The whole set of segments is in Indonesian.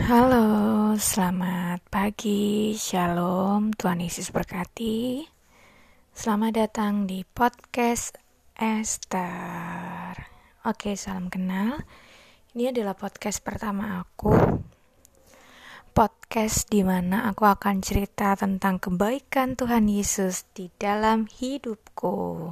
Halo, selamat pagi, shalom, Tuhan Yesus berkati. Selamat datang di podcast Esther. Oke, salam kenal. Ini adalah podcast pertama aku. Podcast di mana aku akan cerita tentang kebaikan Tuhan Yesus di dalam hidupku.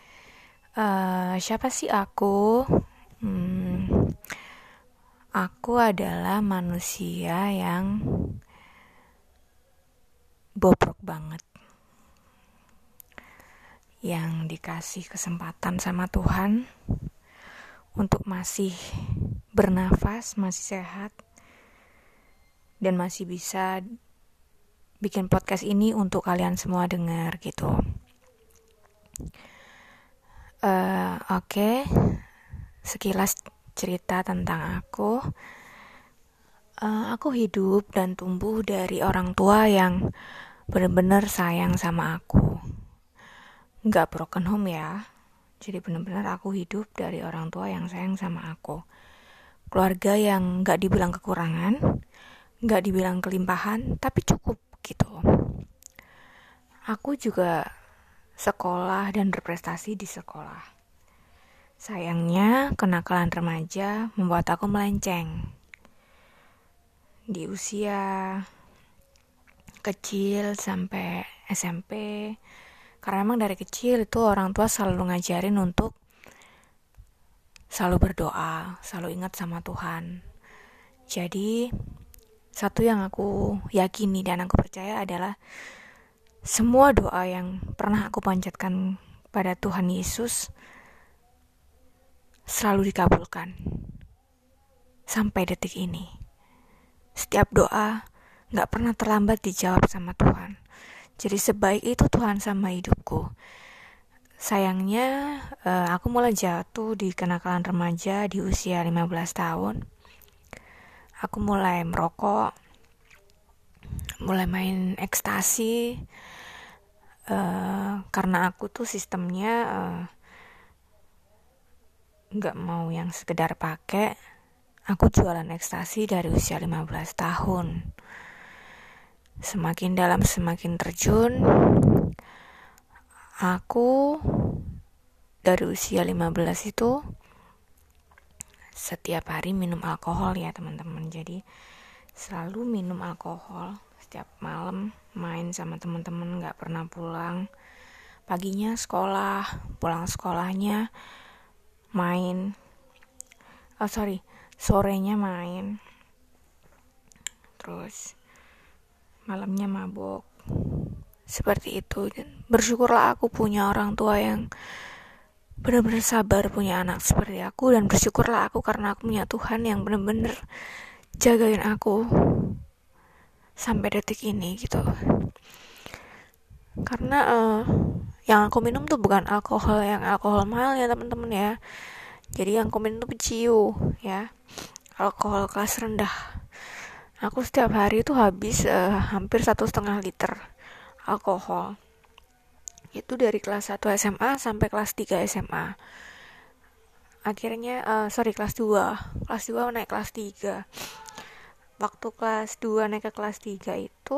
Siapa sih aku? Aku adalah manusia yang bobrok banget, yang dikasih kesempatan sama Tuhan untuk masih bernafas, masih sehat, dan masih bisa bikin podcast ini untuk kalian semua dengar gitu. Oke, sekilas cerita tentang aku. Aku hidup dan tumbuh dari orang tua yang benar-benar sayang sama aku. Nggak broken home ya. Jadi benar-benar aku hidup dari orang tua yang sayang sama aku. Keluarga yang nggak dibilang kekurangan, nggak dibilang kelimpahan, tapi cukup gitu. Aku juga sekolah dan berprestasi di sekolah. Sayangnya, kenakalan remaja membuat aku melenceng. Di usia kecil sampai SMP, karena memang dari kecil itu orang tua selalu ngajarin untuk selalu berdoa, selalu ingat sama Tuhan. Jadi, satu yang aku yakini dan aku percaya adalah semua doa yang pernah aku panjatkan pada Tuhan Yesus selalu dikabulkan sampai detik ini. Setiap doa gak pernah terlambat dijawab sama Tuhan. Jadi sebaik itu Tuhan sama hidupku. Sayangnya aku mulai jatuh di kenakalan remaja di usia 15 tahun. Aku mulai merokok, mulai main ekstasi, karena aku tuh sistemnya gak mau yang sekedar pakai. Aku jualan ekstasi dari usia 15 tahun. Semakin dalam semakin terjun. Aku dari usia 15 itu setiap hari minum alkohol ya teman-teman. Jadi selalu minum alkohol. Setiap malam main sama teman-teman, gak pernah pulang. Paginya sekolah, pulang sekolahnya main. Sorenya main. Terus malamnya mabok. Seperti itu. Bersyukurlah aku punya orang tua yang benar-benar sabar punya anak seperti aku, dan bersyukurlah aku karena aku punya Tuhan yang benar-benar jagain aku sampai detik ini gitu. Karena yang aku minum tuh bukan alkohol mahal ya teman-teman ya. Jadi yang aku minum tuh peciu ya, alkohol kelas rendah. Aku setiap hari tuh habis hampir 1,5 liter alkohol. Itu dari kelas 1 SMA sampai kelas 3 SMA. Akhirnya kelas 2 naik kelas 3. Waktu kelas 2 naik ke kelas 3 itu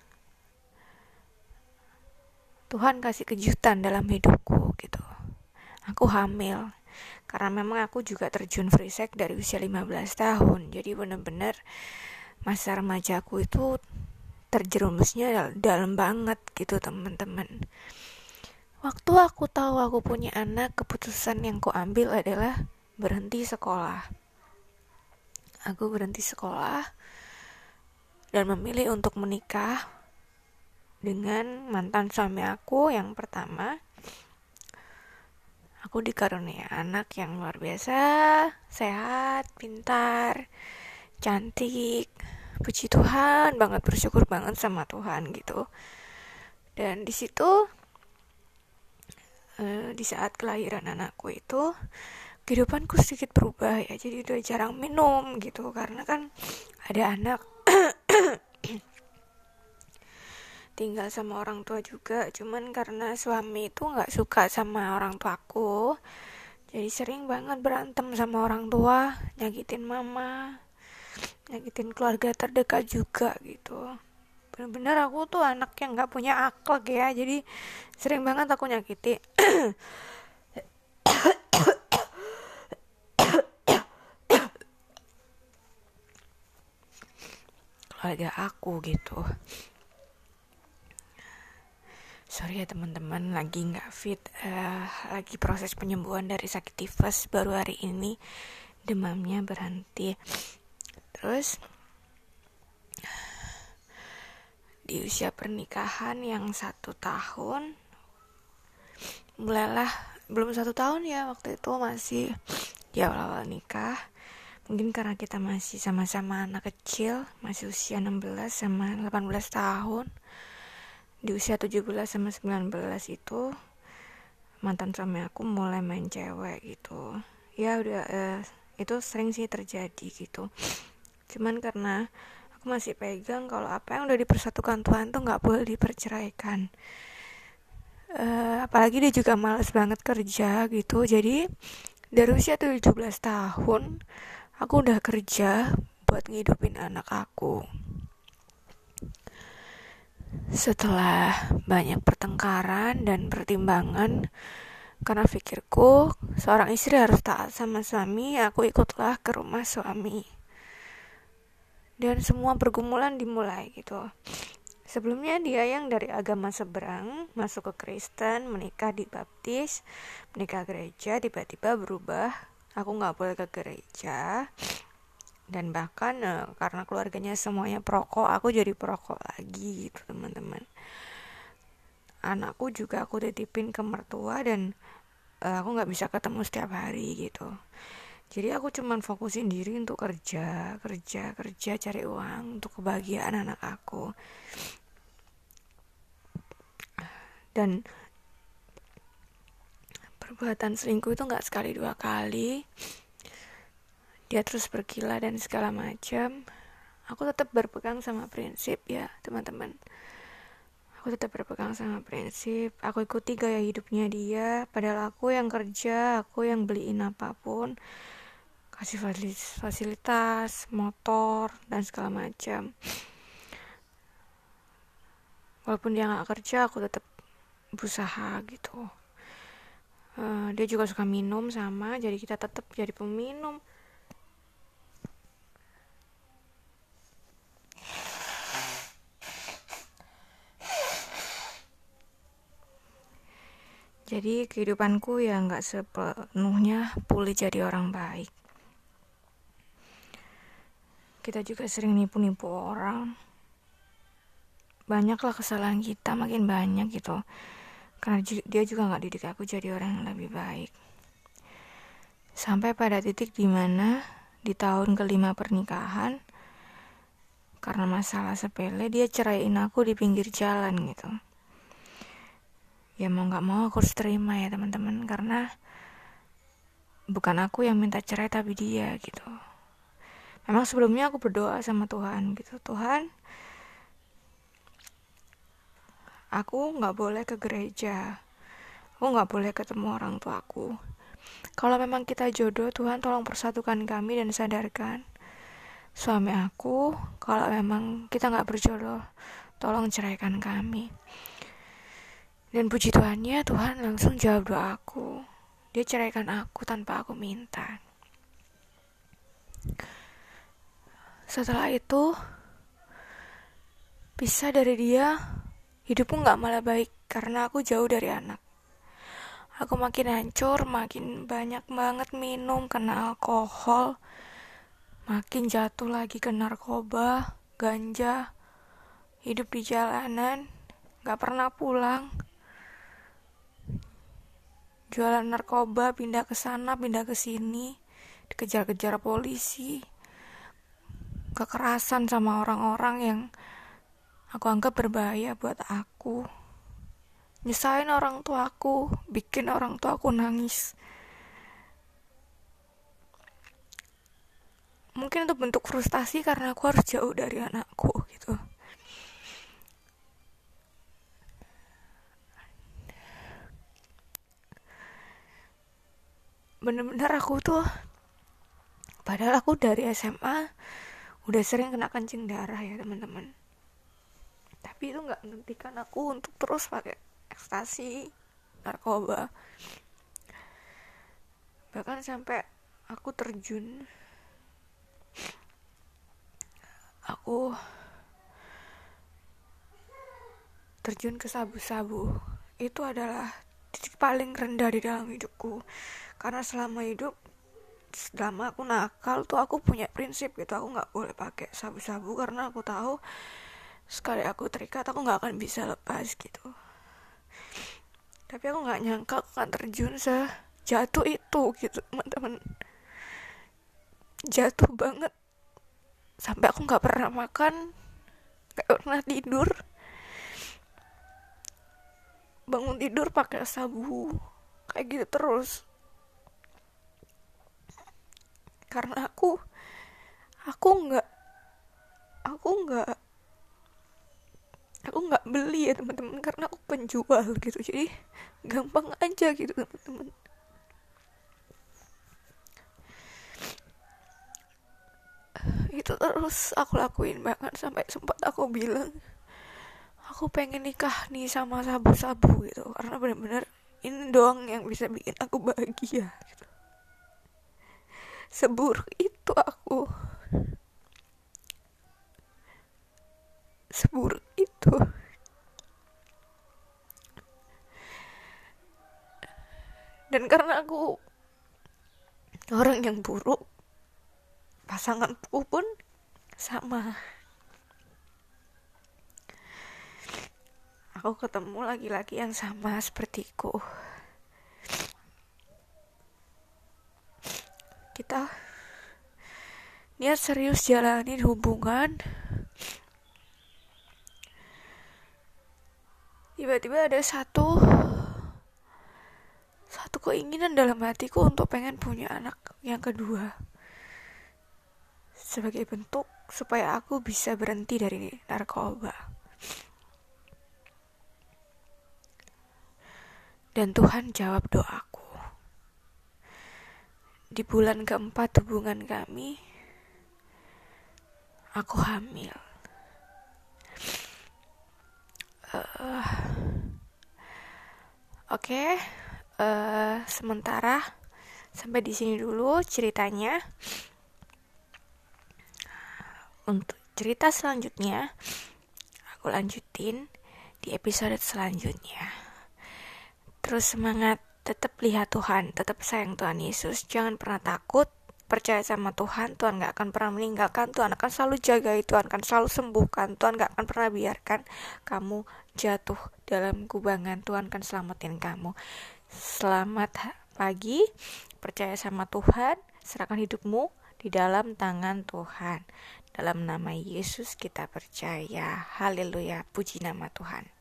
Tuhan kasih kejutan dalam hidupku gitu. Aku hamil. Karena memang aku juga terjun free sex dari usia 15 tahun. Jadi benar-benar masa remajaku itu terjerumusnya dalam banget gitu teman-teman. Waktu aku tahu aku punya anak, keputusan yang ku ambil adalah berhenti sekolah. Aku berhenti sekolah dan memilih untuk menikah dengan mantan suami aku yang pertama. Aku dikaruniai anak yang luar biasa, sehat, pintar, cantik. Puji Tuhan banget, bersyukur banget sama Tuhan gitu. Dan di situ di saat kelahiran anakku itu kehidupanku sedikit berubah ya. Jadi udah jarang minum gitu, karena kan ada anak tinggal sama orang tua juga. Cuman karena suami itu gak suka sama orang tuaku, jadi sering banget berantem sama orang tua, nyakitin mama. nyakitin keluarga terdekat juga gitu. Bener-bener aku tuh anak yang nggak punya akhlak ya, jadi sering banget aku nyakiti keluarga aku gitu. Sorry ya teman-teman, lagi nggak fit, lagi proses penyembuhan dari sakit tifus baru hari ini, demamnya berhenti. Terus di usia pernikahan yang 1 tahun, mulailah, belum 1 tahun ya, waktu itu masih di awal-awal nikah. Mungkin karena kita masih sama-sama anak kecil, masih usia 16 sama 18 tahun. Di usia 17 sama 19 itu mantan suami aku mulai main cewek gitu. Ya udah, itu sering sih terjadi gitu. Cuman karena aku masih pegang kalau apa yang udah dipersatukan Tuhan tuh gak boleh diperceraikan. Apalagi dia juga malas banget kerja gitu. Jadi dari usia 17 tahun aku udah kerja buat ngidupin anak aku. Setelah banyak pertengkaran dan pertimbangan, karena pikirku seorang istri harus taat sama suami, aku ikutlah ke rumah suami. Dan semua pergumulan dimulai gitu. Sebelumnya dia yang dari agama seberang, masuk ke Kristen, menikah di Baptis, menikah gereja, tiba-tiba berubah. Aku gak boleh ke gereja. Dan bahkan karena keluarganya semuanya perokok, aku jadi perokok lagi gitu teman-teman. Anakku juga aku titipin ke mertua dan aku gak bisa ketemu setiap hari gitu. Jadi aku cuman fokusin diri untuk kerja, cari uang untuk kebahagiaan anak aku. Dan perbuatan selingkuh itu gak sekali 2 kali. Dia terus bergila dan segala macam. Aku tetap berpegang sama prinsip ya teman-teman. Aku tetap berpegang sama prinsip. Aku ikuti gaya hidupnya dia. Padahal aku yang kerja, aku yang beliin apapun, kasih fasilitas, motor dan segala macam. Walaupun dia nggak kerja, aku tetap berusaha gitu. Dia juga suka minum sama, jadi kita tetap jadi peminum. Jadi kehidupanku ya nggak sepenuhnya pulih jadi orang baik. Kita juga sering nipu-nipu orang. Banyaklah kesalahan kita, makin banyak gitu. Karena dia juga nggak didik aku jadi orang yang lebih baik. Sampai pada titik dimana di tahun ke-5 pernikahan, karena masalah sepele, dia ceraiin aku di pinggir jalan gitu. Ya mau gak mau aku harus terima ya teman-teman, karena bukan aku yang minta cerai tapi dia gitu. Memang sebelumnya aku berdoa sama Tuhan gitu, Tuhan, aku gak boleh ke gereja, aku gak boleh ketemu orang tuaku. Kalau memang kita jodoh, Tuhan tolong persatukan kami dan sadarkan suami aku. Kalau memang kita gak berjodoh, tolong ceraikan kami. Dan puji Tuhannya, Tuhan langsung jawab doaku. Dia ceraikan aku tanpa aku minta. Setelah itu, pisah dari dia, hidupku gak malah baik karena aku jauh dari anak. Aku makin hancur, makin banyak banget minum, kena alkohol, makin jatuh lagi ke narkoba, ganja, hidup di jalanan, gak pernah pulang. Jualan narkoba, pindah ke sana, pindah ke sini, dikejar-kejar polisi, kekerasan sama orang-orang yang aku anggap berbahaya buat aku, nyesain orang tuaku, bikin orang tuaku nangis. Mungkin itu bentuk frustasi karena aku harus jauh dari anakku gitu. Bener-bener aku tuh, padahal aku dari SMA udah sering kena kencing darah ya teman-teman. Tapi itu nggak menghentikan aku untuk terus pakai ekstasi, narkoba. Bahkan sampai aku terjun ke sabu-sabu. Itu adalah titik paling rendah di dalam hidupku. Karena selama aku nakal tuh aku punya prinsip gitu, aku nggak boleh pakai sabu-sabu karena aku tahu sekali aku terikat aku nggak akan bisa lepas gitu. Tapi aku nggak nyangka aku akan terjun sejatuh itu gitu teman-teman. Jatuh banget sampai aku nggak pernah makan, nggak pernah tidur, bangun tidur pakai sabu kayak gitu terus. Karena aku nggak beli ya teman-teman, karena aku penjual gitu, jadi gampang aja gitu teman-teman. Itu terus aku lakuin, bahkan sampai sempat aku bilang aku pengen nikah nih sama sabu-sabu gitu, karena benar-benar ini doang yang bisa bikin aku bahagia gitu. Seburuk itu aku, seburuk itu. Dan karena aku orang yang buruk, pasanganku pun sama. Aku ketemu laki-laki yang sama sepertiku. Kita niat serius jalanin hubungan. Tiba-tiba ada satu keinginan dalam hatiku untuk pengen punya anak yang kedua. Sebagai bentuk supaya aku bisa berhenti dari narkoba. Dan Tuhan jawab doaku. Di bulan keempat hubungan kami, aku hamil. Oke. Sementara sampai di sini dulu ceritanya. Untuk cerita selanjutnya aku lanjutin di episode selanjutnya. Terus semangat, tetap lihat Tuhan, tetap sayang Tuhan Yesus, jangan pernah takut, percaya sama Tuhan. Tuhan gak akan pernah meninggalkan, Tuhan akan selalu jaga, Tuhan akan selalu sembuhkan, Tuhan gak akan pernah biarkan kamu jatuh dalam kubangan, Tuhan akan selamatin kamu. Selamat pagi, percaya sama Tuhan, serahkan hidupmu di dalam tangan Tuhan. Dalam nama Yesus kita percaya. Haleluya, puji nama Tuhan.